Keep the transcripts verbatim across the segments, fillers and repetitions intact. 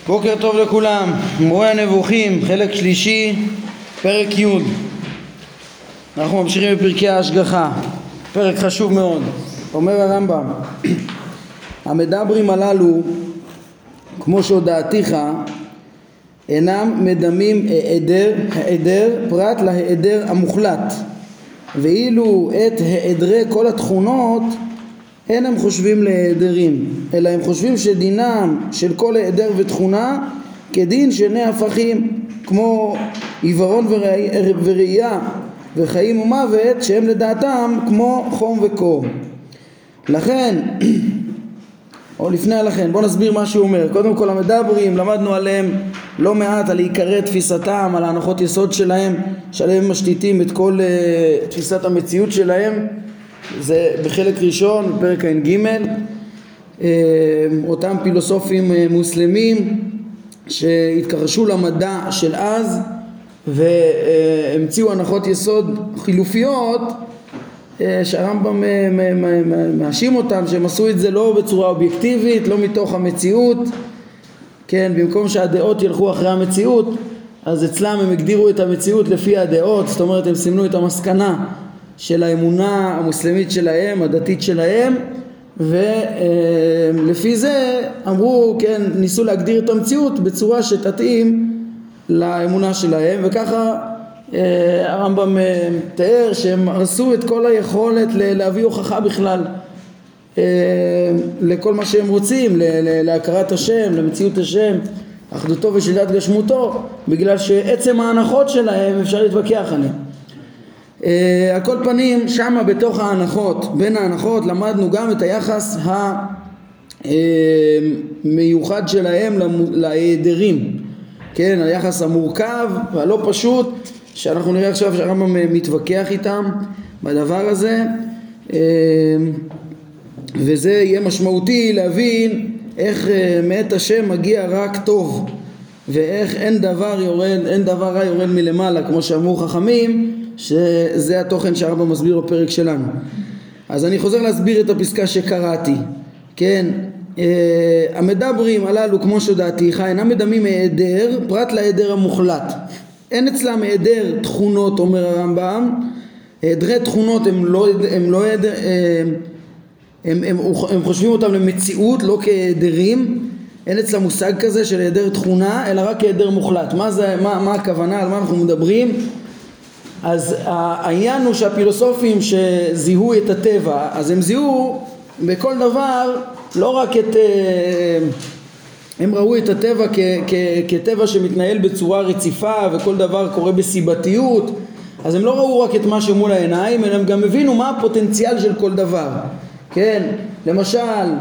בוקר טוב לכולם. מורה הנבוכים, חלק שלישי, פרק י'. אנחנו ממשיכים בפרקי ההשגחה, פרק חשוב מאוד. אומר הרמב"ם, המדברים הללו, כמו שהודעתיך, אינם מדמים העדר, העדר פרט להעדר המוחלט, ואילו את העדרי כל התכונות אין הם חושבים להיעדרים, אלא הם חושבים שדינם של כל העדר ותכונה כדין שני הפכים, כמו עיוורון וראייה וחיים ומוות, שהם לדעתם כמו חום וקור. לכן, או לפני לכן, בואו נסביר מה שהוא אומר. קודם כל, המדברים, למדנו עליהם לא מעט, על עיקרי תפיסתם, על ההנחות יסוד שלהם, שעליהם משתיתים את כל uh, תפיסת המציאות שלהם. זה בחלק ראשון, בפרק ג', אותם פילוסופים מוסלמים שהתקרשו למדע של אז והמציאו הנחות יסוד חילופיות, שהרמב"ם מאשים אותם שהם עשו את זה לא בצורה אובייקטיבית, לא מתוך המציאות, כן, במקום שהדעות ילכו אחרי המציאות, אז אצלם הם הגדירו את המציאות לפי הדעות, זאת אומרת הם סימנו את המסקנה של האמונה המוסלמית שלהם, הדתית שלהם, ולפי זה אמרו, כן, ניסו להגדיר את המציאות בצורה שתתאים לאמונה שלהם, וככה הרמב"ם תיאר שהם הרסו את כל היכולת להביא הוכחה בכלל לכל מה שהם רוצים, להכרת השם, למציאות השם, אחדותו ושלילת גשמותו, בגלל שעצם ההנחות שלהם אפשר להתווכח עליהם. Uh, על כל פנים, שמה בתוך ההנחות, בין ההנחות למדנו גם את היחס המיוחד שלהם להיעדרים, כן, היחס המורכב והלא פשוט, שאנחנו נראה עכשיו שהרמב"ם מתווכח איתם בדבר הזה, uh, וזה יהיה משמעותי להבין איך uh, מאת השם מגיע רק טוב, ואיך אין דבר יורד, אין דבר רע יורד מלמעלה, כמו שאמרו חכמים, שזה התוכן שהרמב"ם מסביר בפרק שלנו. אז אני חוזר להסביר את הפסקה שקראתי. כן, אה, המדברים הללו, כמו שהודעתיך, אינם מדמים העדר פרט להעדר המוחלט. אין אצלם העדר תכונות, אומר הרמב"ם. העדרי תכונות הם לא, הם לא העדר, הם, הם, הם חושבים אותם למציאות, לא כעדרים. אין אצלם מושג כזה של העדר תכונה, אלא רק העדר מוחלט. מה זה, מה, מה הכוונה, על מה אנחנו מדברים? אז העניין הוא שהפילוסופים שזיהו את הטבע, אז הם זיהו בכל דבר, לא רק את, הם ראו את הטבע כ, כ, כטבע שמתנהל בצורה רציפה וכל דבר קורה בסיבתיות, אז הם לא ראו רק את מה שמול העיניים, אלא הם גם הבינו מה הפוטנציאל של כל דבר. כן, למשל,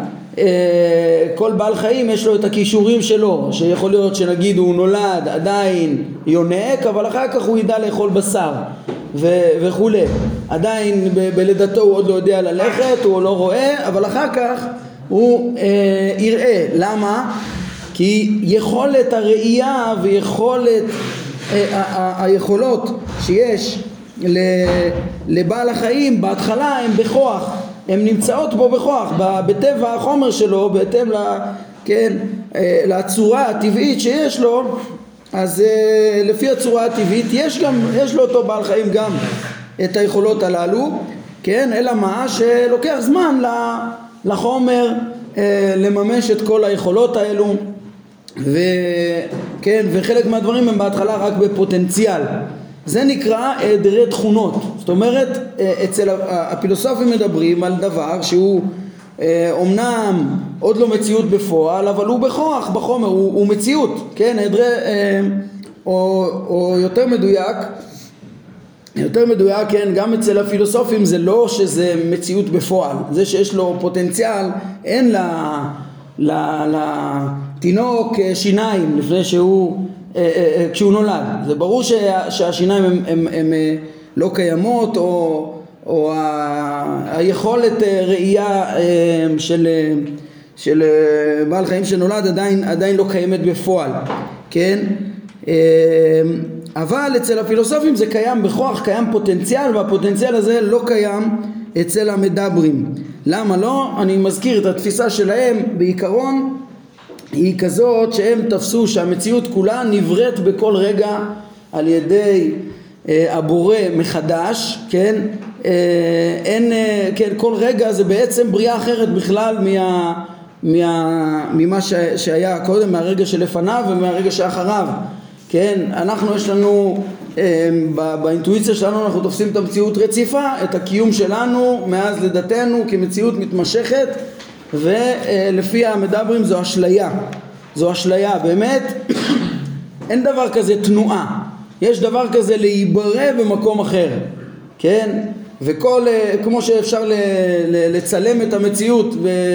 כל בעל חיים יש לו את הכישורים שלו, שיכול להיות שנגיד הוא נולד עדיין יונק, אבל אחר כך הוא ידע לאכול בשר ו- וכו'. עדיין ב- בלידתו הוא עוד לא יודע ללכת, הוא לא רואה, אבל אחר כך הוא אה, יראה. למה? כי יכולת הראייה ויכולת אה, ה- ה- היכולות שיש לבעל החיים בהתחלה הם בכוח, הן נמצאות בו בכוח, בטבע החומר שלו, בהתאם כן, לצורה הטבעית שיש לו. אז לפי הצורה הטבעית יש גם, יש לו אותו בעל חיים גם את היכולות הללו, כן, אלא מה שלוקח זמן לחומר לממש את כל היכולות האלו, וכן, וחלק מהדברים הם בהתחלה רק בפוטנציאל. זה נקרא העדרי תכונות. זאת אומרת, אצל הפילוסופים מדברים על דבר שהוא אומנם עוד לא מציאות בפועל, אבל הוא בכוח, בחומר, הוא, הוא מציאות, כן, העדרי, או, או יותר מדויק, יותר מדויק, כן, גם אצל הפילוסופים זה לא שזה מציאות בפועל, זה שיש לו פוטנציאל, אין לה, לה, לתינוק שיניים לפני שהוא כשהוא נולד. זה ברור שהשיניים הם, הם, הם לא קיימות, או, או ה, היכולת ראייה של, של בעל חיים שנולד עדיין, עדיין לא קיימת בפועל, כן? אבל אצל הפילוסופים זה קיים בכוח, קיים פוטנציאל, והפוטנציאל הזה לא קיים אצל המדברים. למה לא? אני מזכיר את התפיסה שלהם בעיקרון, היא כזאת שהם תפסו שהמציאות כולה נבראת בכל רגע על ידי אה, הבורא מחדש, כן? אה, אין, אה, כן, כל רגע זה בעצם בריאה אחרת בכלל מה, מה, ממה ש, שהיה קודם, מהרגע שלפניו ומהרגע שאחריו, כן? אנחנו יש לנו, אה, באינטואיציה שלנו אנחנו תופסים את המציאות רציפה, את הקיום שלנו מאז לידתנו כמציאות מתמשכת, ולפי המדברים זו אשליה, זו אשליה, באמת אין דבר כזה תנועה, יש דבר כזה להיברא במקום אחר, כן? וכל, כמו שאפשר לצלם את המציאות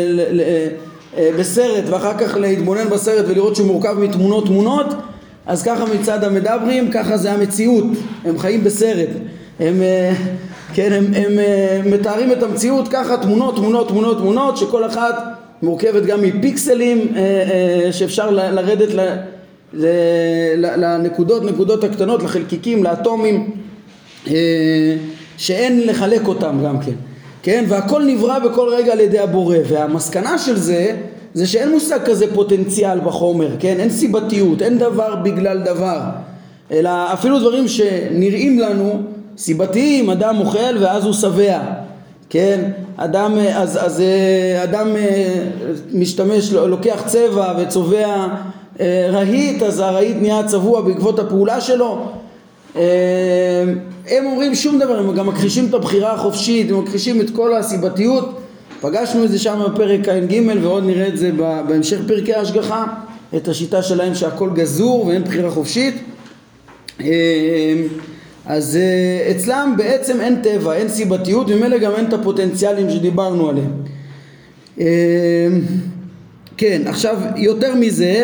בסרט ואחר כך להתבונן בסרט ולראות שהוא מורכב מתמונות תמונות, אז ככה מצד המדברים, ככה זה המציאות, הם חיים בסרט, הם, כן, הם, הם מתארים את המציאות ככה, תמונות, תמונות, תמונות, תמונות, שכל אחת מורכבת גם מפיקסלים שאפשר לרדת לנקודות, נקודות הקטנות, לחלקיקים, לאטומים, שאין לחלק אותם גם כן, כן? והכל נברא בכל רגע על ידי הבורא, והמסקנה של זה, זה שאין מושג כזה פוטנציאל בחומר, כן? אין סיבתיות, אין דבר בגלל דבר, אלא אפילו דברים שנראים לנו סיבתיים, אדם אוכל ואז הוא שבע, כן? אדם, אז, אז אדם משתמש, לוקח צבע וצובע רהיט, אז הרהיט נהיה צבוע בעקבות הפעולה שלו. הם אומרים שום דבר, הם גם מכחישים את הבחירה החופשית, הם מכחישים את כל הסיבתיות. פגשנו את זה שם בפרק עין ג' ועוד נראה את זה בהמשך פרקי ההשגחה, את השיטה שלהם שהכל גזור ואין בחירה חופשית. אז אצלם בעצם אין טבע, אין סיבתיות, וממילא גם אין את הפוטנציאלים שדיברנו עליהם. כן, עכשיו יותר מזה,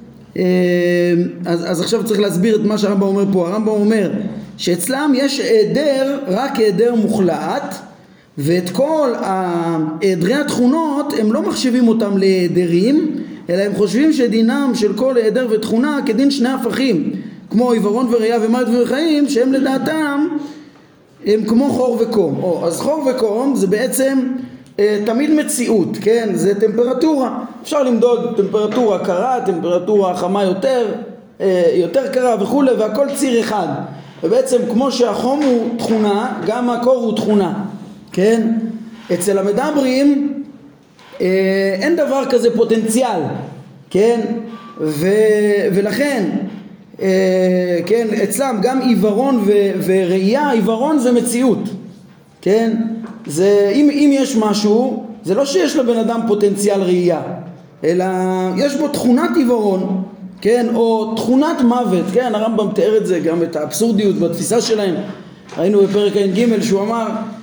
אז, אז עכשיו צריך להסביר את מה שהרמב"ם אומר פה. הרמב"ם אומר שאצלם יש היעדר, רק היעדר מוחלט, ואת כל היעדרי התכונות הם לא מחשיבים אותם להיעדרים, אלא הם חושבים שדינם של כל היעדר ותכונה כדין שני הפכים, כמו עיוורון וראייה ומוות וחיים, שהם לדעתם הם כמו חור וקום. או, אז חור וקום זה בעצם אה, תמיד מציאות, כן? זה טמפרטורה, אפשר למדוד טמפרטורה קרה, טמפרטורה חמה יותר, אה, יותר קרה וכו', והכל ציר אחד. ובעצם כמו שהחום הוא תכונה, גם הקור הוא תכונה, כן? אצל המדברים אה, אין דבר כזה פוטנציאל, כן? ו, ולכן כן, אצלם גם עיוורון ו- וראייה, עיוורון זה מציאות, כן? זה, אם, אם יש משהו, זה לא שיש לבן אדם פוטנציאל ראייה, אלא יש בו תכונת עיוורון, כן? או תכונת מוות, כן? הרמב"ם תיאר את זה, גם את האבסורדיות בתפיסה שלהם. ראינו בפרק עין ג' שהוא אמר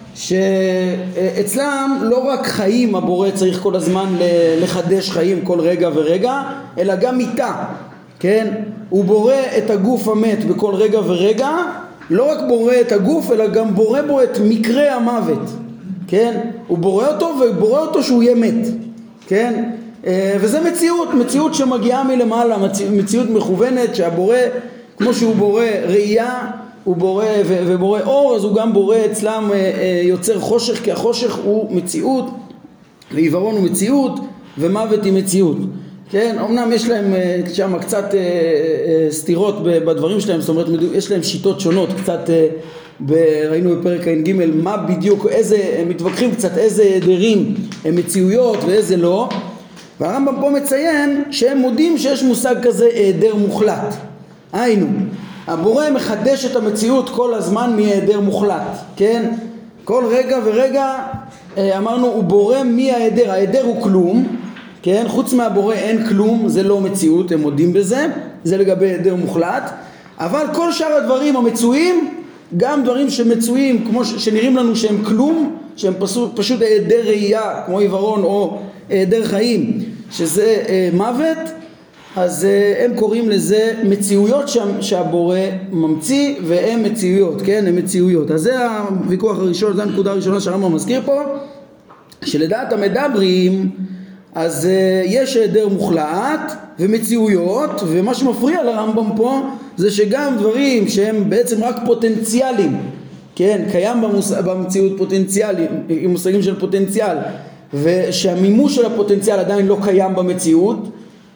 שאצלם לא רק חיים הבורא צריך כל הזמן לחדש חיים כל רגע ורגע, אלא גם מיתה, כן? הוא בורא את הגוף המת בכל רגע ורגע, לא רק בורא את הגוף אלא גם בורא בו את מקרה המוות, כן? הוא בורא אותו ובורא אותו שהוא יהיה מת, כן? וזה מציאות, מציאות שמגיעה מלמעלה, מציאות מכוונת, שהבורא כמו שהוא בורא ראייה הוא בורא ובורא אור, אז הוא גם בורא אצלם יוצר חושך, כי החושך הוא מציאות ועיוורון הוא מציאות ומוות היא מציאות, כן? אמנם יש להם שם קצת אה, אה, סתירות בדברים שלהם, זאת אומרת יש להם שיטות שונות, קצת אה, ב- ראינו בפרק עין ג' מה בדיוק, איזה, הם מתווכחים קצת איזה דרים הם מציאויות ואיזה לא, והרמב"ם פה מציין שהם מודים שיש מושג כזה היעדר מוחלט. היינו, הבורא מחדש את המציאות כל הזמן מהיעדר מוחלט, כן? כל רגע ורגע אה, אמרנו הוא בורא מהיעדר, ההיעדר הוא כלום, כן? חוץ מהבורא אין כלום, זה לא מציאות, הם מודים בזה, זה לגבי היעדר מוחלט, אבל כל שאר הדברים המצויים, גם דברים שמצויים כמו ש- שנראים לנו שהם כלום, שהם פשוט, פשוט היעדר ראייה כמו עיוורון או היעדר חיים, שזה אה, מוות, אז אה, הם קוראים לזה מציאויות שה, שהבורא ממציא, והם מציאויות, כן? הם מציאויות. אז זה הוויכוח הראשון, זו הנקודה הראשונה שהרמב"ם מזכיר פה, שלדעת המדברים אז uh, יש היעדר מוחלט ומציאויות, ומה שמפריע לרמב"ם פה זה שגם דברים שהם בעצם רק פוטנציאלים, כן, קיים במוס... במציאות פוטנציאלים, מושגים של פוטנציאל, ושהמימוש של הפוטנציאל עדיין לא קיים במציאות,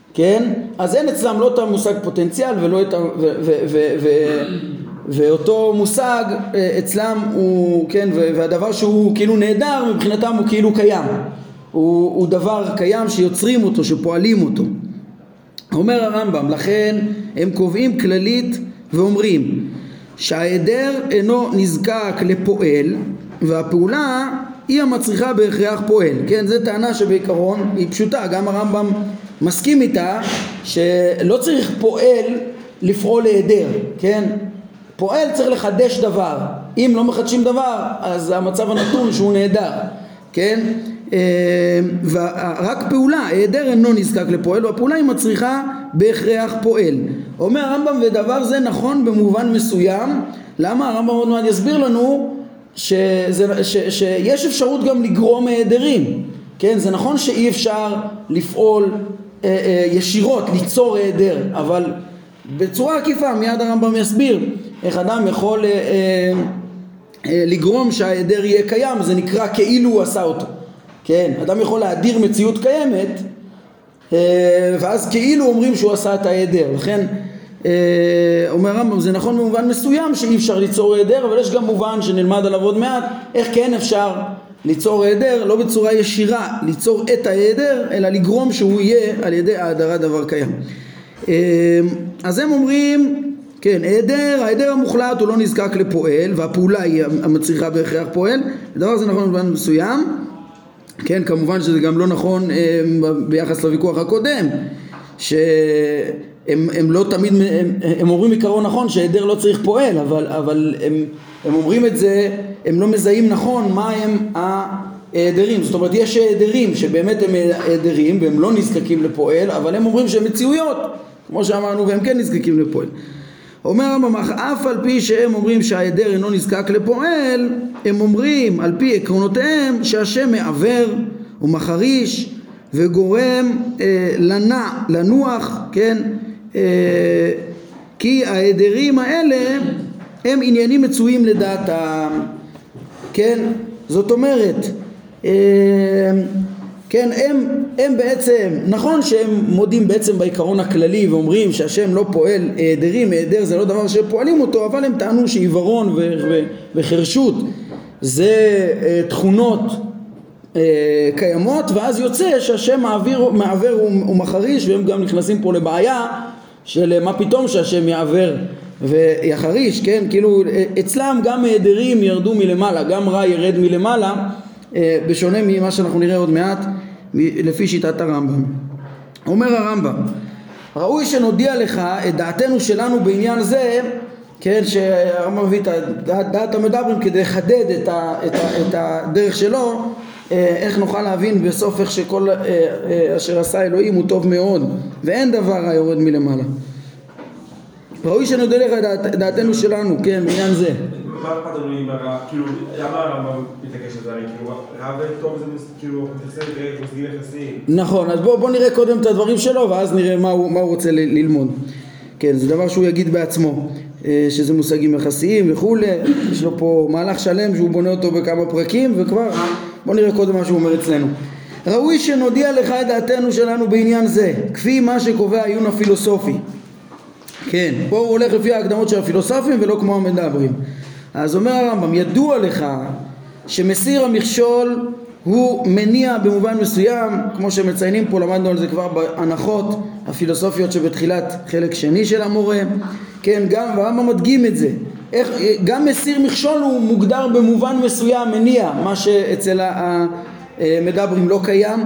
כן? אז אין אצלם לא את המושג פוטנציאל ולא את ה... ו... ו... ו... ו... ואותו מושג אצלם הוא, כן, והדבר שהוא כאילו נהדר מבחינתם הוא כאילו קיים, הוא, הוא דבר קיים שיוצרים אותו, שפועלים אותו. אומר הרמב"ם, לכן הם קובעים כללית ואומרים שההיעדר אינו נזקק לפועל והפעולה היא המצריכה בהכרח פועל. כן, זו טענה שבעיקרון היא פשוטה, גם הרמב"ם מסכים איתה שלא צריך פועל לפעול להיעדר, כן? פועל צריך לחדש דבר, אם לא מחדשים דבר אז המצב הנתון שהוא נהדר, כן? ורק פעולה, היעדר אינו נזקק לפועל והפעולה היא מצריכה בהכרח פועל. אומר הרמב"ם ודבר זה נכון במובן מסוים. למה? הרמב"ם עוד מעט יסביר לנו שזה, ש, שיש אפשרות גם לגרום היעדרים, כן? זה נכון שאי אפשר לפעול אה, אה, ישירות, ליצור היעדר, אבל בצורה עקיפה מיד הרמב"ם יסביר איך אדם יכול אה, אה, אה, לגרום שההיעדר יהיה קיים, זה נקרא כאילו הוא עשה אותו, כן? אדם יכול להדיר מציאות קיימת אה, ואז כאילו אומרים שהוא עשה את ההיעדר. לכן אה, אומר הרמב"ם זה נכון במובן מסוים שאי אפשר ליצור היעדר, אבל יש גם מובן שנלמד עליו עוד מעט איך כן אפשר ליצור היעדר, לא בצורה ישירה ליצור את ההיעדר אלא לגרום שהוא יהיה על ידי ההדרת דבר קיים. אז הם אומרים, כן, היעדר, ההיעדר המוחלט הוא לא נזקק לפועל והפעולה היא המצריכה בהכרח פועל. הדבר הזה נכון במובן מסוים, כן, כמובן שזה גם לא נכון ביחס לוויכוח הקודם שהם הם לא תמיד, הם, הם אומרים עיקרון נכון שההיעדר לא צריך פועל, אבל, אבל הם, הם אומרים את זה, הם לא מזהים נכון מה הם ההיעדרים. זאת אומרת יש היעדרים שבאמת הם היעדרים והם לא נזקקים לפועל, אבל הם אומרים שהם מציאויות כמו שאמרנו והם כן נזקקים לפועל. אומר הממח, אף על פי שהם אומרים שההיעדר אינו נזקק לפועל, הם אומרים על פי עקרונותיהם שהשם מעבר ומחריש וגורם אה, לנע, לנוח, כן? אה, כי ההיעדרים האלה הם עניינים מצויים לדעתם, כן? זאת אומרת אה, כן, הם, הם בעצם, נכון שהם מודים בעצם בעיקרון הכללי ואומרים שהשם לא פועל היעדרים, היעדר זה לא דבר שפועלים אותו, אבל הם טענו שעיוורון ו- ו- וחרשות זה אה, תכונות אה, קיימות, ואז יוצא שהשם מעביר, מעבר ומחריש, והם גם נכנסים פה לבעיה של מה פתאום שהשם יעבר ויחריש, כן? כאילו אצלם גם היעדרים ירדו מלמעלה, גם רע ירד מלמעלה, בשונה ממה שאנחנו נראה עוד מעט לפי שיטת הרמב"ם. אומר הרמב"ם, ראוי שנודיע לך את דעתנו שלנו בעניין זה, כן, שהרמב"ם מביא את דעת, דעת המדברים כדי לחדד את, ה, את, ה, את הדרך שלו, איך נוכל להבין בסוף איך שכל אשר עשה אלוהים הוא טוב מאוד ואין דבר היורד מלמעלה. ראוי שנודיע לך את דעתנו שלנו, כן, בעניין זה. מה אכפת לנו עם הרע, כאילו, למה הרמב"ם מתעקש על זה? הרי כאילו, רע וטוב זה כאילו, מתייחסים למושגים יחסיים. נכון, אז בוא, בוא נראה קודם את הדברים שלו ואז נראה מה הוא, מה הוא רוצה ל- ללמוד. כן, זה דבר שהוא יגיד בעצמו, שזה מושגים יחסיים וכו'. יש לו פה מהלך שלם שהוא בונה אותו בכמה פרקים, וכבר בוא נראה קודם מה שהוא אומר אצלנו. ראוי שנודיע לך את דעתנו שלנו בעניין זה, כפי מה שקובע העיון הפילוסופי. כן, פה הוא הולך לפי ההקדמות של הפילוסופים ולא כמו המדברים. אז אומר הרמב"ם, ידוע לך שמסיר המכשול הוא מניע במובן מסוים, כמו שמציינים פה, למדנו על זה כבר בהנחות הפילוסופיות שבתחילת חלק שני של המורה, כן, גם והרמב"ם מדגים את זה, איך, גם מסיר מכשול הוא מוגדר במובן מסוים מניע, מה שאצל המדברים לא קיים,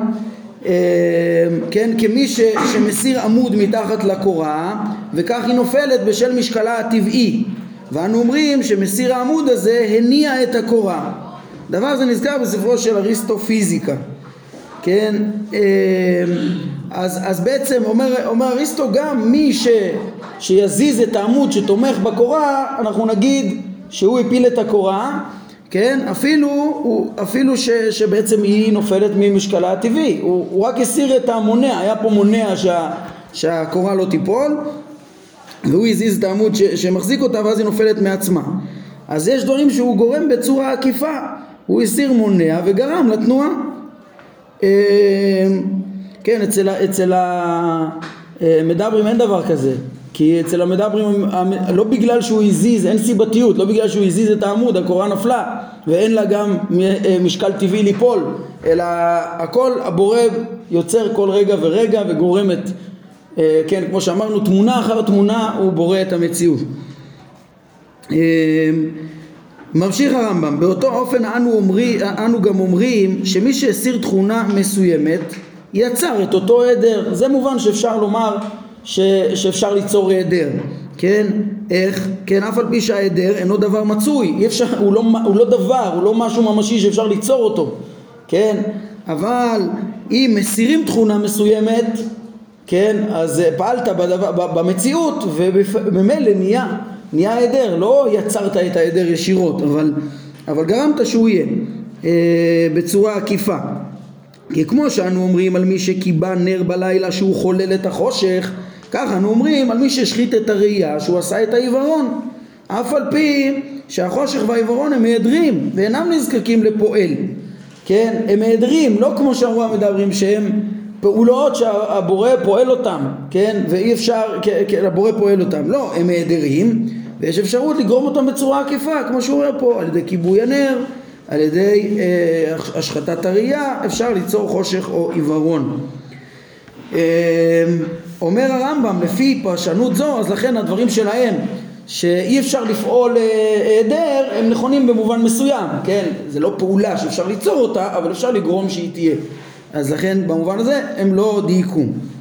כן, כמי ש, שמסיר עמוד מתחת לקורה וכך היא נופלת בשל משקלה הטבעי, ואנו אומרים שמסיר העמוד הזה הניע את הקורה. דבר זה נזכר בספרו של אריסטו פיזיקה, כן? אז, אז בעצם אומר, אומר אריסטו, גם מי ש, שיזיז את העמוד שתומך בקורה, אנחנו נגיד שהוא הפיל את הקורה, כן? אפילו, אפילו ש, שבעצם היא נופלת ממשקלה הטבעי, הוא, הוא רק הסיר את המונע, היה פה מונע שה, שהקורה לא תיפול, והוא הזיז את העמוד ש, שמחזיק אותה ואז היא נופלת מעצמה. אז יש דברים שהוא גורם בצורה עקיפה, הוא הסיר מונע וגרם לתנועה. כן, אצל, אצל המדברים אין דבר כזה, כי אצל המדברים, לא בגלל שהוא הזיז, אין סיבתיות, לא בגלל שהוא הזיז את העמוד, הקורה נפלה, ואין לה גם משקל טבעי ליפול, אלא הכל, הבורא יוצר כל רגע ורגע וגורמת, כן, כמו שאמרנו, תמונה אחר תמונה הוא בורא את המציאות. ממשיך הרמב"ם, באותו אופן אנו, אומרי, אנו גם אומרים שמי שהסיר תכונה מסוימת יצר את אותו עדר. זה מובן שאפשר לומר ש, שאפשר ליצור עדר, כן? איך? כן, אף על פי שהעדר אינו דבר מצוי, אי אפשר, הוא, לא, הוא לא דבר, הוא לא משהו ממשי שאפשר ליצור אותו, כן? אבל אם מסירים תכונה מסוימת, כן, אז פעלת בדבר, במציאות ובמילא נהיה נהיה העדר, לא יצרת את העדר ישירות, אבל, אבל גרמת שהוא יהיה אה, בצורה עקיפה. כי כמו שאנו אומרים על מי שקיבה נר בלילה שהוא חולל את החושך, ככה אנו אומרים על מי ששחית את הראייה שהוא עשה את העיוורון, אף על פי שהחושך והעיוורון הם מעדרים ואינם נזקקים לפועל, כן, הם מעדרים, לא כמו שאמרו המדברים שהם פעולות שהבורא פועל אותם, כן, ואי אפשר, הבורא פועל אותם, לא, הם מעדרים ויש אפשרות לגרום אותם בצורה עקיפה, כמו שהוא אומר פה, על ידי כיבוי הנר, על ידי אה, השחטת הראייה, אפשר ליצור חושך או עיוורון. אה, אומר הרמב"ם, לפי פרשנות זו, אז לכן הדברים שלהם, שאי אפשר לפעול העדר, הם נכונים במובן מסוים, כן? זה לא פעולה שאפשר ליצור אותה, אבל אפשר לגרום שהיא תהיה. אז לכן במובן הזה הם לא דייקו.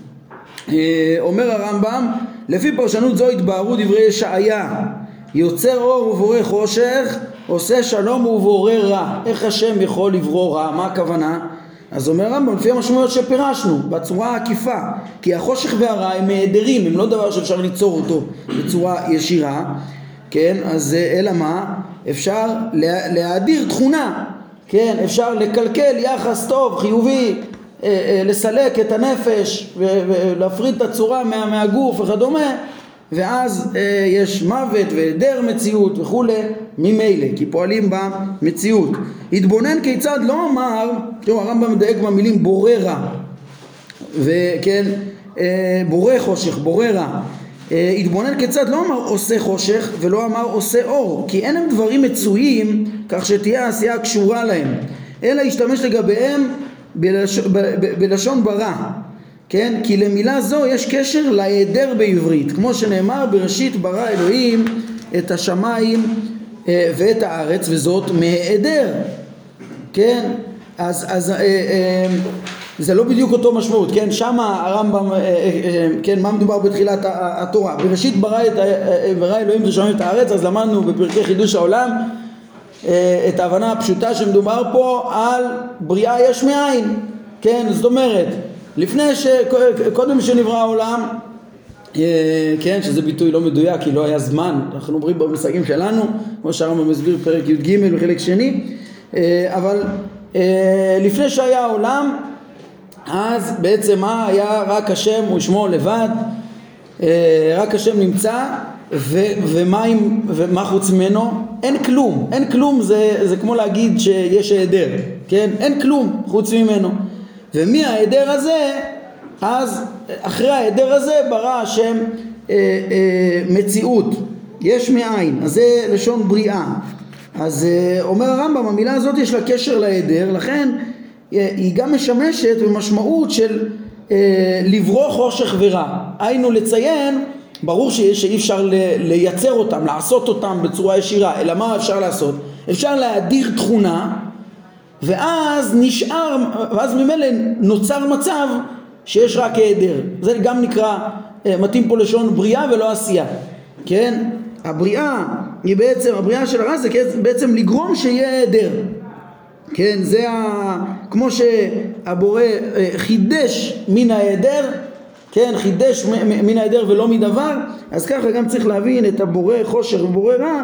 אה, אומר הרמב"ם, לפי פרשנות זו התבהרו דברי ישעיה, יוצר אור ובורא חושך, עושה שלום ובורא רע. איך השם יכול לברוא רע? מה הכוונה? אז אומר הרמב"ם, לפי המשמעויות שפירשנו, בצורה העקיפה, כי החושך והרע הם מעדרים, הם לא דבר שאפשר ליצור אותו בצורה ישירה, כן? אז אלא מה? אפשר להאדיר תכונה, כן? אפשר לקלקל יחס טוב, חיובי, לסלק את הנפש ולהפריד את הצורה מה, מהגוף וכדומה, ואז אה, יש מוות והיעדר מציאות וכו' ממילא, כי פועלים במציאות. התבונן כיצד לא אמר, תראו הרמב"ם מדייק במילים בורא רע, וכן, אה, בורא חושך, בורא רע. אה, התבונן כיצד לא אמר עושה חושך ולא אמר עושה אור, כי אין הם דברים מצויים כך שתהיה העשייה קשורה להם, אלא ישתמש לגביהם בלש... ב... ב... בלשון ברא, כן? כי למילה זו יש קשר להיעדר בעברית, כמו שנאמר בראשית ברא אלוהים את השמיים אה, ואת הארץ, וזאת מהיעדר, כן? אז, אז אה, אה, זה לא בדיוק אותו משמעות, כן? שמה הרמב"ם, אה, אה, כן, מה מדובר בתחילת התורה? בראשית ברא, את, אה, ברא אלוהים את השמיים ואת הארץ, אז למדנו בפרקי חידוש העולם את ההבנה הפשוטה שמדובר פה על בריאה יש מאין, כן? זאת אומרת, לפני ש... קודם שנברא העולם, כן, שזה ביטוי לא מדויק, כי לא היה זמן, אנחנו אומרים במושגים שלנו, כמו שהרמב"ם מסביר פרק י"ג וחלק שני, אבל לפני שהיה העולם, אז בעצם מה היה? רק השם ושמו לבד, רק השם נמצא, ו, ומה, עם, ומה חוץ ממנו? אין כלום, אין כלום, זה, זה כמו להגיד שיש העדר, כן? אין כלום חוץ ממנו. ומי העדר הזה? אז אחרי העדר הזה ברא השם אה, אה, מציאות, יש מאין, אז זה לשון בריאה. אז אה, אומר הרמב"ם, המילה הזאת יש לה קשר לעדר, לכן אה, היא גם משמשת במשמעות של אה, לברוא חושך ורע, היינו לציין, ברור שאי אפשר לייצר אותם, לעשות אותם בצורה ישירה, אלא מה אפשר לעשות? אפשר להאדיר תכונה, ואז נשאר, ואז ממילא נוצר מצב שיש רק העדר. זה גם נקרא, מתאים פה לשון בריאה ולא עשייה, כן? הבריאה היא בעצם, הבריאה של הרע זה בעצם לגרום שיהיה העדר, כן? זה ה... כמו שהבורא חידש מן העדר, כן, חידש מן העדר ולא מדבר, אז ככה גם צריך להבין את הבורא חושך ובורא רע,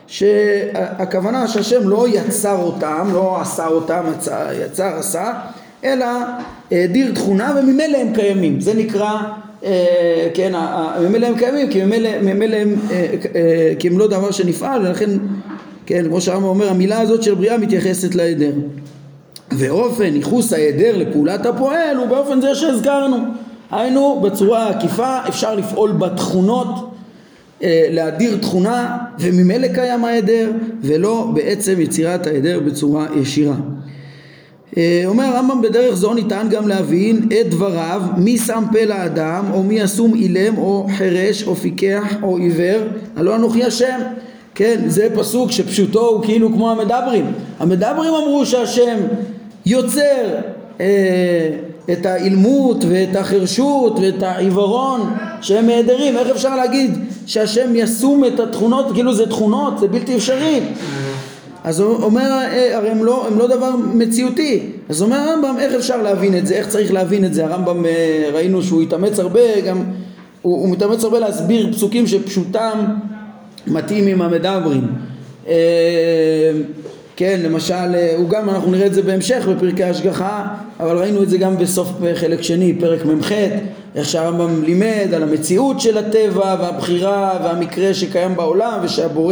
שהכוונה שהשם לא יצר אותם, לא עשה אותם, יצר, עשה, אלא דיר תכונה וממילא הם קיימים. זה נקרא, כן, ממילא הם קיימים, כי ממילא הם, כי הם לא דבר שנפעל, ולכן, כן, כמו שהרמב"ם אומר, המילה הזאת של בריאה מתייחסת לעדר. ואופן ייחוס ההיעדר לפעולת הפועל הוא באופן זה שהזכרנו, היינו בצורה עקיפה אפשר לפעול בתכונות, להדיר תכונה, וממילא קיים ההיעדר ולא בעצם יצירת ההיעדר בצורה ישירה. אומר הרמב"ם בדרך זו ניתן גם להבין את דבריו מי שם פה לאדם או מי אסום אילם או חרש או פיקח או עיוור, הלא אנוכי השם. כן, זה פסוק שפשוטו הוא כאילו כמו המדברים. המדברים אמרו שהשם יוצר אה, את האילמות ואת החרשות ואת העיוורון שהם מהדרים. איך אפשר להגיד שהשם ישום את התכונות? כאילו זה תכונות, זה בלתי אפשרי. אז הוא אומר, הרי הם לא, הם לא דבר מציאותי. אז אומר הרמב"ם, איך אפשר להבין את זה? איך צריך להבין את זה? הרמב"ם ראינו שהוא התאמץ הרבה, גם הוא, הוא מתאמץ הרבה להסביר פסוקים שפשוטם מתאים עם המדברים. כן, למשל, הוא גם, אנחנו נראה את זה בהמשך בפרקי השגחה, אבל ראינו את זה גם בסוף חלק שני, פרק ממ"ח, איך שהרמב"ם לימד על המציאות של הטבע והבחירה והמקרה שקיים בעולם, ושהבורא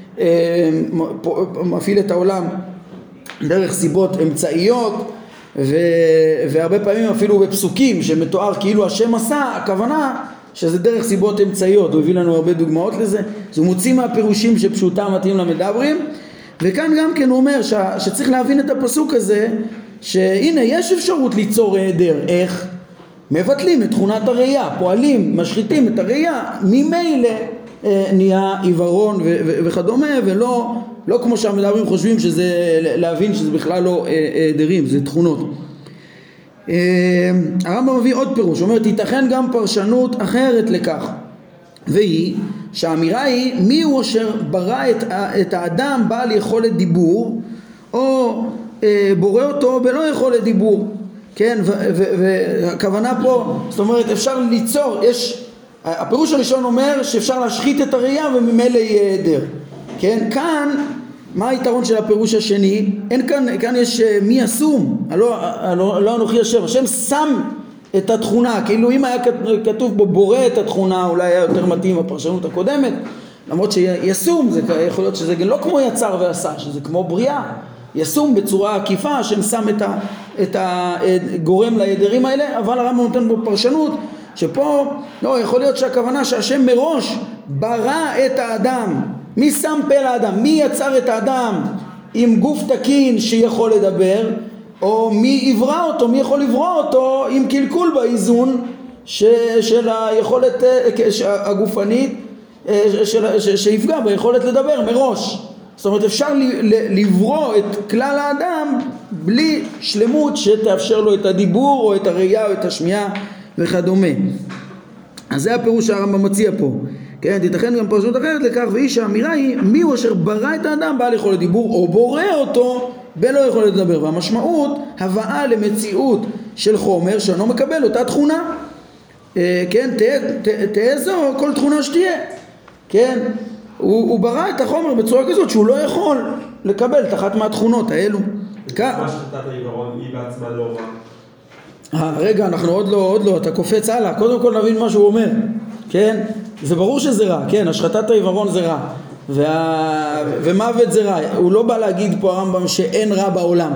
מפעיל את העולם דרך סיבות אמצעיות, ו... והרבה פעמים אפילו בפסוקים שמתואר כאילו השם עשה, הכוונה שזה דרך סיבות אמצעיות. הוא הביא לנו הרבה דוגמאות לזה, אז הוא מוציא מהפירושים שפשוטם מתאים למדברים. וכאן גם כן הוא אומר ש... שצריך להבין את הפסוק הזה, שהנה יש אפשרות ליצור היעדר. איך? מבטלים את תכונת הראייה, פועלים, משחיתים את הראייה, ממילא נהיה עיוורון ו- ו- וכדומה, ולא לא כמו שהמדברים חושבים שזה להבין שזה בכלל לא היעדרים, זה תכונות. הרמב"ם מביא עוד פירוש, אומר תיתכן גם פרשנות אחרת לכך, והיא שהאמירה היא מי הוא אשר ברא את, את האדם בעל יכולת דיבור או בורא אותו בלא יכולת דיבור. כן, והכוונה פה, זאת אומרת אפשר ליצור, יש הפירוש הראשון אומר שאפשר להשחית את הראייה וממילא יהיה היעדר. כן, כאן מה היתרון של הפירוש השני? אין כאן, כאן יש מי אסום, הלא, הלא, לא אנוכי השם. השם שם את התכונה, כאילו אם היה כתוב בו בורא את התכונה אולי היה יותר מתאים הפרשנות הקודמת, למרות שיסום זה יכול להיות שזה לא כמו יצר ועשה, שזה כמו בריאה. יסום בצורה עקיפה, השם שם את, ה, את הגורם לידרים האלה, אבל הרמב"ם נותן בו פרשנות שפה לא, יכול להיות שהכוונה שהשם מראש ברא את האדם. מי שם פה לאדם? מי יצר את האדם עם גוף תקין שיכול לדבר, או מי יברא אותו, מי יכול לברוא אותו עם קלקול באיזון ש, של היכולת הגופנית של, ש, שיפגע ביכולת לדבר מראש. זאת אומרת אפשר לברוא את כלל האדם בלי שלמות שתאפשר לו את הדיבור או את הראייה או את השמיעה וכדומה. אז זה הפירוש שהרמב"ם מציע פה. כן, תיתכן גם פרשנות אחרת לכך, והיא שהאמירה היא מי הוא אשר ברא את האדם בעל יכולת דיבור או בורא אותו בלא יכולת לדבר, והמשמעות הבאה למציאות של חומר שאינו מקבל אותה תכונה. כן, תהיה זו כל תכונה שתהיה. כן, הוא, הוא ברא את החומר בצורה כזאת שהוא לא יכול לקבל את אחת מהתכונות האלו. מה שתת העיוורון היא בעצמה לא רע. רגע, אנחנו עוד לא, עוד לא, אתה קופץ הלאה. קודם כל נבין מה שהוא אומר. כן, זה ברור שזה רע. כן, השחתת העיוורון זה רע. וה... ומוות זה רע. הוא לא בא להגיד פה הרמב"ם שאין רע בעולם.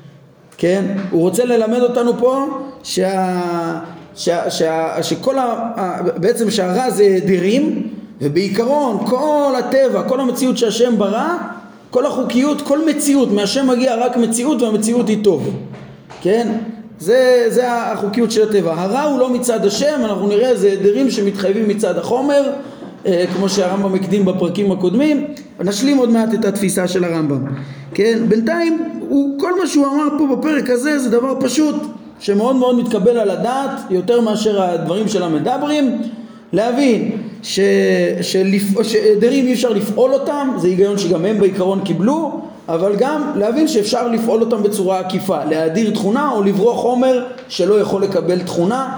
כן, הוא רוצה ללמד אותנו פה שה... שה... שה... שכל ה... בעצם שהרע זה דירים, ובעיקרון כל הטבע, כל המציאות שהשם ברא, כל החוקיות, כל מציאות, מהשם מגיע רק מציאות והמציאות היא טוב. כן? זה, זה החוקיות של הטבע. הרע הוא לא מצד השם, אנחנו נראה זה דברים שמתחייבים מצד החומר, אה, כמו שהרמב"ם מקדים בפרקים הקודמים, ונשלים עוד מעט את התפיסה של הרמב"ם. כן? בינתיים, הוא, כל מה שהוא אמר פה בפרק הזה זה דבר פשוט, שמאוד מאוד מתקבל על הדעת, יותר מאשר הדברים של המדברים, להבין ש... שלפ... שדרים אי אפשר לפעול אותם, זה היגיון שגם הם בעיקרון קיבלו, אבל גם להבין שאפשר לפעול אותם בצורה עקיפה, להדיר תכונה או לברוא חומר שלא יכול לקבל תכונה.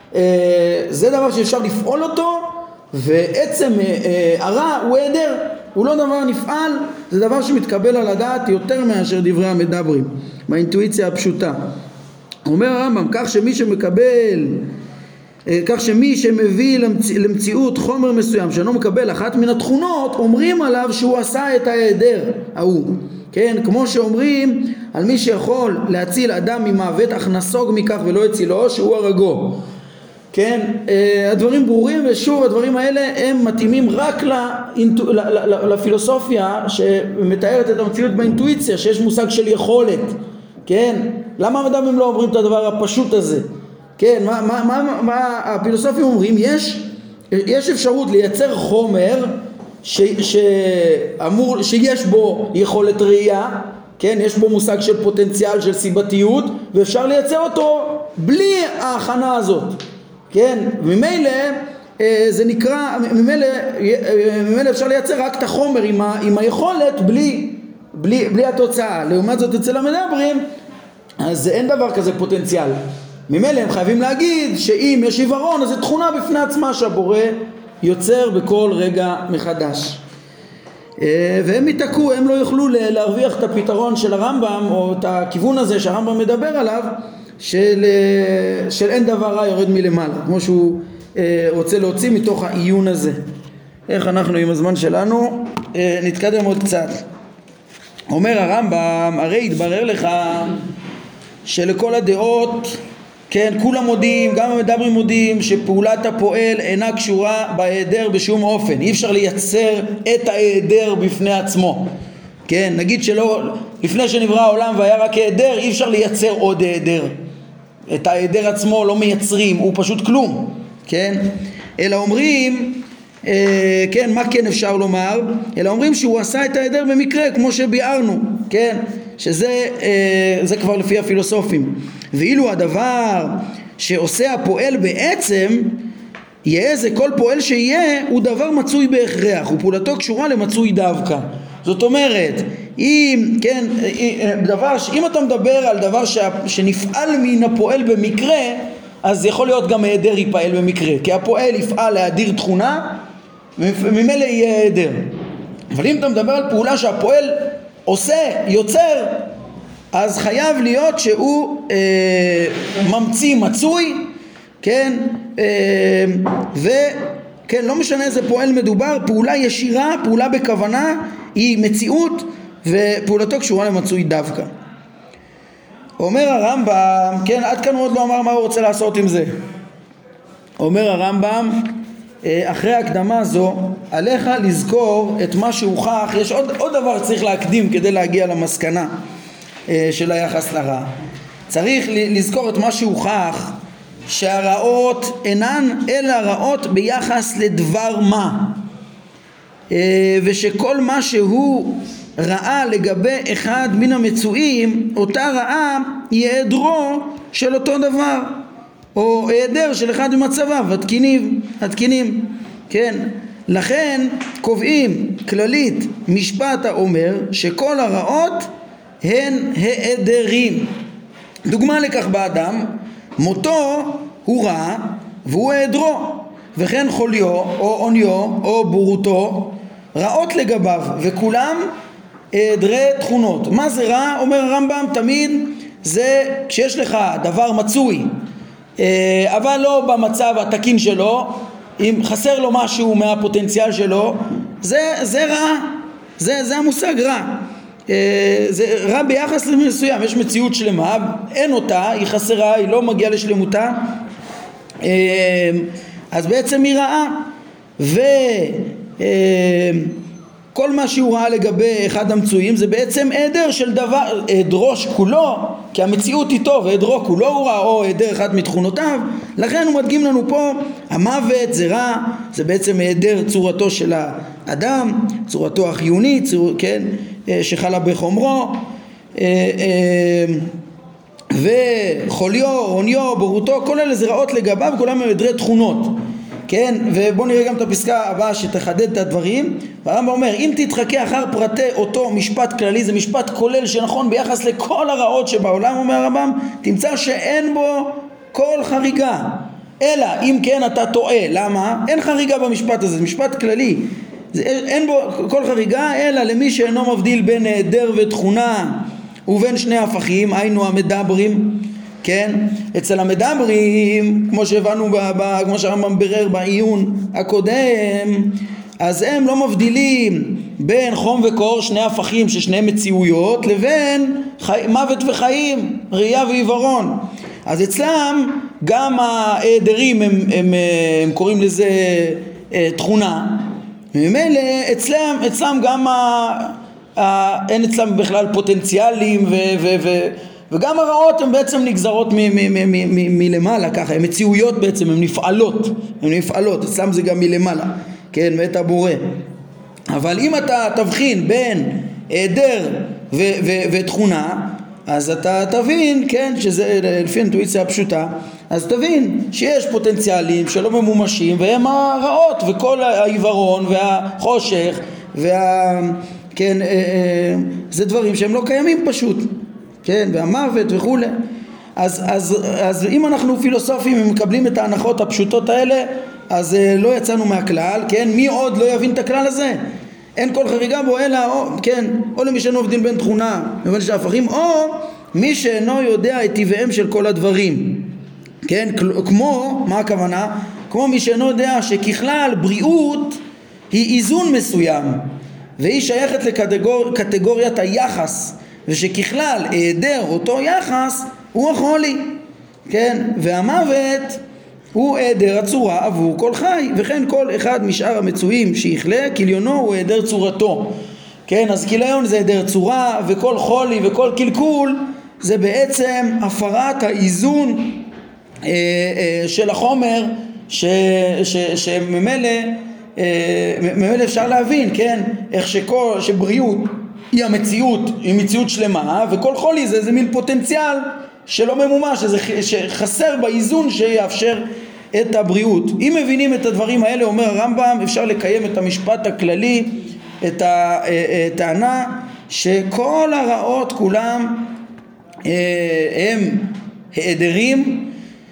זה דבר שאפשר לפעול אותו, ועצם הרע הוא היעדר, הוא לא דבר נפעל, זה דבר שמתקבל על הדעת יותר מאשר דברי המדברים, באינטואיציה הפשוטה. אומר הרמב"ם, כך שמי שמקבל כך שמי שמביא למצ... למציאות חומר מסוים שאינו מקבל אחת מן התכונות, אומרים עליו שהוא עשה את ההיעדר ההוא. כן, כמו שאומרים על מי שיכול להציל אדם ממוות אך נסוג מכך ולא הצילו שהוא הרגו. כן, הדברים ברורים, ושוב הדברים האלה הם מתאימים רק לאינטו, לפילוסופיה שמתארת את המציאות באינטואיציה, שיש מושג של יכולת. כן, למה אדם הם לא אומרים את הדבר הפשוט הזה? כן, מה, מה, מה, מה הפילוסופים אומרים? יש, יש אפשרות לייצר חומר ש, שאמור, שיש בו יכולת ראייה, כן, יש בו מושג של פוטנציאל, של סיבתיות, ואפשר לייצר אותו בלי ההכנה הזאת. כן, ממילא זה נקרא, ממילא, ממילא אפשר לייצר רק את החומר עם, ה, עם היכולת בלי, בלי, בלי התוצאה. לעומת זאת אצל המדברים, אז אין דבר כזה פוטנציאל. ממילא הם חייבים להגיד שאם יש עיוורון, אז זו תכונה בפני עצמה שהבורא יוצר בכל רגע מחדש. והם יתעקו, הם לא יוכלו להרוויח את הפתרון של הרמב"ם, או את הכיוון הזה שהרמב"ם מדבר עליו, של, של אין דבר רע יורד מלמעלה, כמו שהוא רוצה להוציא מתוך העיון הזה. איך אנחנו עם הזמן שלנו? נתקדם עוד קצת. אומר הרמב"ם, הרי התברר לך שלכל הדעות, כן, כולם מודים, גם המדברים מודים, שפעולת הפועל אינה קשורה בהיעדר בשום אופן. אי אפשר לייצר את ההיעדר בפני עצמו. כן, נגיד שלא, לפני שנברא העולם והיה רק היעדר, אי אפשר לייצר עוד היעדר. את ההיעדר עצמו לא מייצרים, הוא פשוט כלום. כן, אלא אומרים, אה, כן, מה כן אפשר לומר? אלא אומרים שהוא עשה את ההיעדר במקרה, כמו שביארנו, כן, שזה אה, זה כבר לפי הפילוסופים. ואילו הדבר שעושה הפועל בעצם, יהיה זה כל פועל שיהיה, הוא דבר מצוי בהכרח, ופעולתו קשורה למצוי דווקא. זאת אומרת, אם, כן, דבר, אם אתה מדבר על דבר ש, שנפעל מן הפועל במקרה, אז יכול להיות גם היעדר ייפעל במקרה, כי הפועל יפעל להדיר תכונה, ממילא יהיה היעדר. אבל אם אתה מדבר על פעולה שהפועל עושה, יוצר, אז חייב להיות שהוא אה, ממציא מצוי, כן, אה, וכן, לא משנה איזה פועל מדובר, פעולה ישירה, פעולה בכוונה, היא מציאות, ופעולתו קשורה למצוי דווקא. אומר הרמב"ם, כן, עד כאן הוא עוד לא אמר מה הוא רוצה לעשות עם זה. אומר הרמב"ם, אחרי ההקדמה הזו, עליך לזכור את מה שהוכח, יש עוד, עוד דבר צריך להקדים כדי להגיע למסקנה של היחס לרע. צריך לזכור את מה שהוכח, שהרעות אינן אלא רעות ביחס לדבר מה, ושכל מה שהוא רעה לגבי אחד מן המצויים, אותה רעה היא היעדרו של אותו דבר, או היעדר של אחד ממצביו התקינים, התקינים, כן. לכן קובעים כללית משפט האומר שכל הרעות הן היעדרים. דוגמה לכך באדם, מותו הוא רע והוא היעדרו, וכן חוליו או עוניו או בורותו רעות לגביו, וכולם היעדרי תכונות. מה זה רע? אומר הרמב"ם, תמיד זה כשיש לך דבר מצוי אבל לא במצב התקין שלו, אם חסר לו משהו מהפוטנציאל שלו, זה, זה רע, זה, זה המושג רע. זה רע ביחס למסוים, יש מציאות שלמה, אין אותה, היא חסרה, היא לא מגיעה לשלמותה, אז בעצם היא רעה. וכל מה שהוא ראה לגבי אחד המצויים זה בעצם היעדר של דבר, היעדרו כולו, כי המציאות איתו והיעדרו כולו הוא רע, או היעדר אחד מתכונותיו. לכן הוא מדגים לנו פה, המוות זה רע, זה בעצם היעדר צורתו של האדם, צורתו החיונית, צור, כן, שחלה בחומרו, וחוליו, עוניו, בורותו, כל אלה זה רעות לגביו, כולם הם היעדרי תכונות. כן, ובואו נראה גם את הפסקה הבאה שתחדד את הדברים. והרמב"ם אומר, אם תתחכה אחר פרטי אותו משפט כללי, זה משפט כולל שנכון ביחס לכל הרעות שבעולם, אומר הרמב"ם, תמצא שאין בו כל חריגה, אלא אם כן אתה טועה. למה? אין חריגה במשפט הזה, זה משפט כללי, זה, אין בו כל חריגה, אלא למי שאינו מבדיל בין היעדר ותכונה ובין שני הפכים, היינו המדברים. כן, אצל המדברים, כמו שהבנו, ב, ב, כמו שהרמב"ם בירר בעיון הקודם, אז הם לא מבדילים בין חום וקור, שני הפכים ששניהם מציאויות, לבין חי... מוות וחיים, ראייה ועיוורון. אז אצלם גם העדרים הם, הם, הם, הם קוראים לזה אה, תכונה, וממילא אצלם, אצלם גם ה... ה... אין אצלם בכלל פוטנציאלים ו... ו... ו... וגם הרעות הן בעצם נגזרות מלמעלה, ככה, הן מציאויות בעצם, הן נפעלות, הן נפעלות, אצלם זה גם מלמעלה, כן, מאת הבורא. אבל אם אתה תבחין בין היעדר ו- ו- ותכונה, אז אתה תבין, כן, שזה לפי האינטואיציה הפשוטה, אז תבין שיש פוטנציאלים שלא ממומשים, והם הרעות, וכל העיוורון והחושך, וה... כן, זה דברים שהם לא קיימים פשוט. כן, והמוות וכו'. אז, אז, אז אם אנחנו פילוסופים ומקבלים את ההנחות הפשוטות האלה, אז לא יצאנו מהכלל, כן? מי עוד לא יבין את הכלל הזה? אין כל חריגה בו אלא, או, כן, או למי שאינו מבדיל בין תכונה ובין שהפכים, או מי שאינו יודע את טבעיהם של כל הדברים. כן, כמו, מה הכוונה? כמו מי שאינו יודע שככלל בריאות היא איזון מסוים, והיא שייכת לקטגוריית היחס, ושככלל היעדר אותו יחס הוא החולי, כן, והמוות הוא היעדר הצורה עבור כל חי, וכן כל אחד משאר המצויים שיכלה כליונו הוא היעדר צורתו, כן, אז כליון זה היעדר צורה, וכל חולי וכל קלקול זה בעצם הפרת האיזון אה, אה, של החומר ש, ש, שממילא אה, ממילא אפשר להבין, כן, איך שכל, שבריאות היא המציאות, היא מציאות שלמה, וכל חולי זה איזה מין פוטנציאל שלא ממומש, שזה שחסר באיזון שיאפשר את הבריאות. אם מבינים את הדברים האלה, אומר הרמב"ם, אפשר לקיים את המשפט הכללי, את הטענה שכל הרעות כולם הם היעדרים,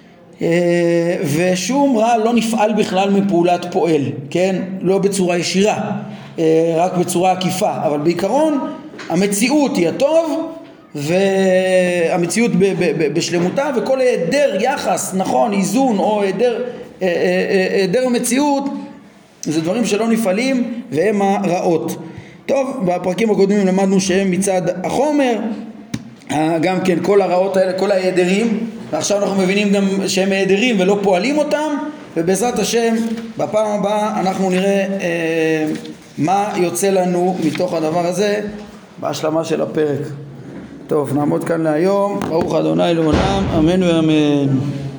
ושום רע לא נפעל בכלל מפעולת פועל, כן? לא בצורה ישירה, רק בצורה עקיפה, אבל בעיקרון המציאות היא הטוב, והמציאות ב- ב- ב- בשלמותה, וכל היעדר יחס, נכון, איזון או היעדר, היעדר המציאות, זה דברים שלא נפעלים והם הרעות. טוב, בפרקים הקודמים למדנו שהם מצד החומר, גם כן כל הרעות האלה, כל ההיעדרים, ועכשיו אנחנו מבינים גם שהם היעדרים ולא פועלים אותם, ובעזרת השם בפעם הבאה אנחנו נראה אה, מה יוצא לנו מתוך הדבר הזה בהשלמה של הפרק. טוב, נעמוד כאן להיום. ברוך ה' לעולם, אמן ואמן.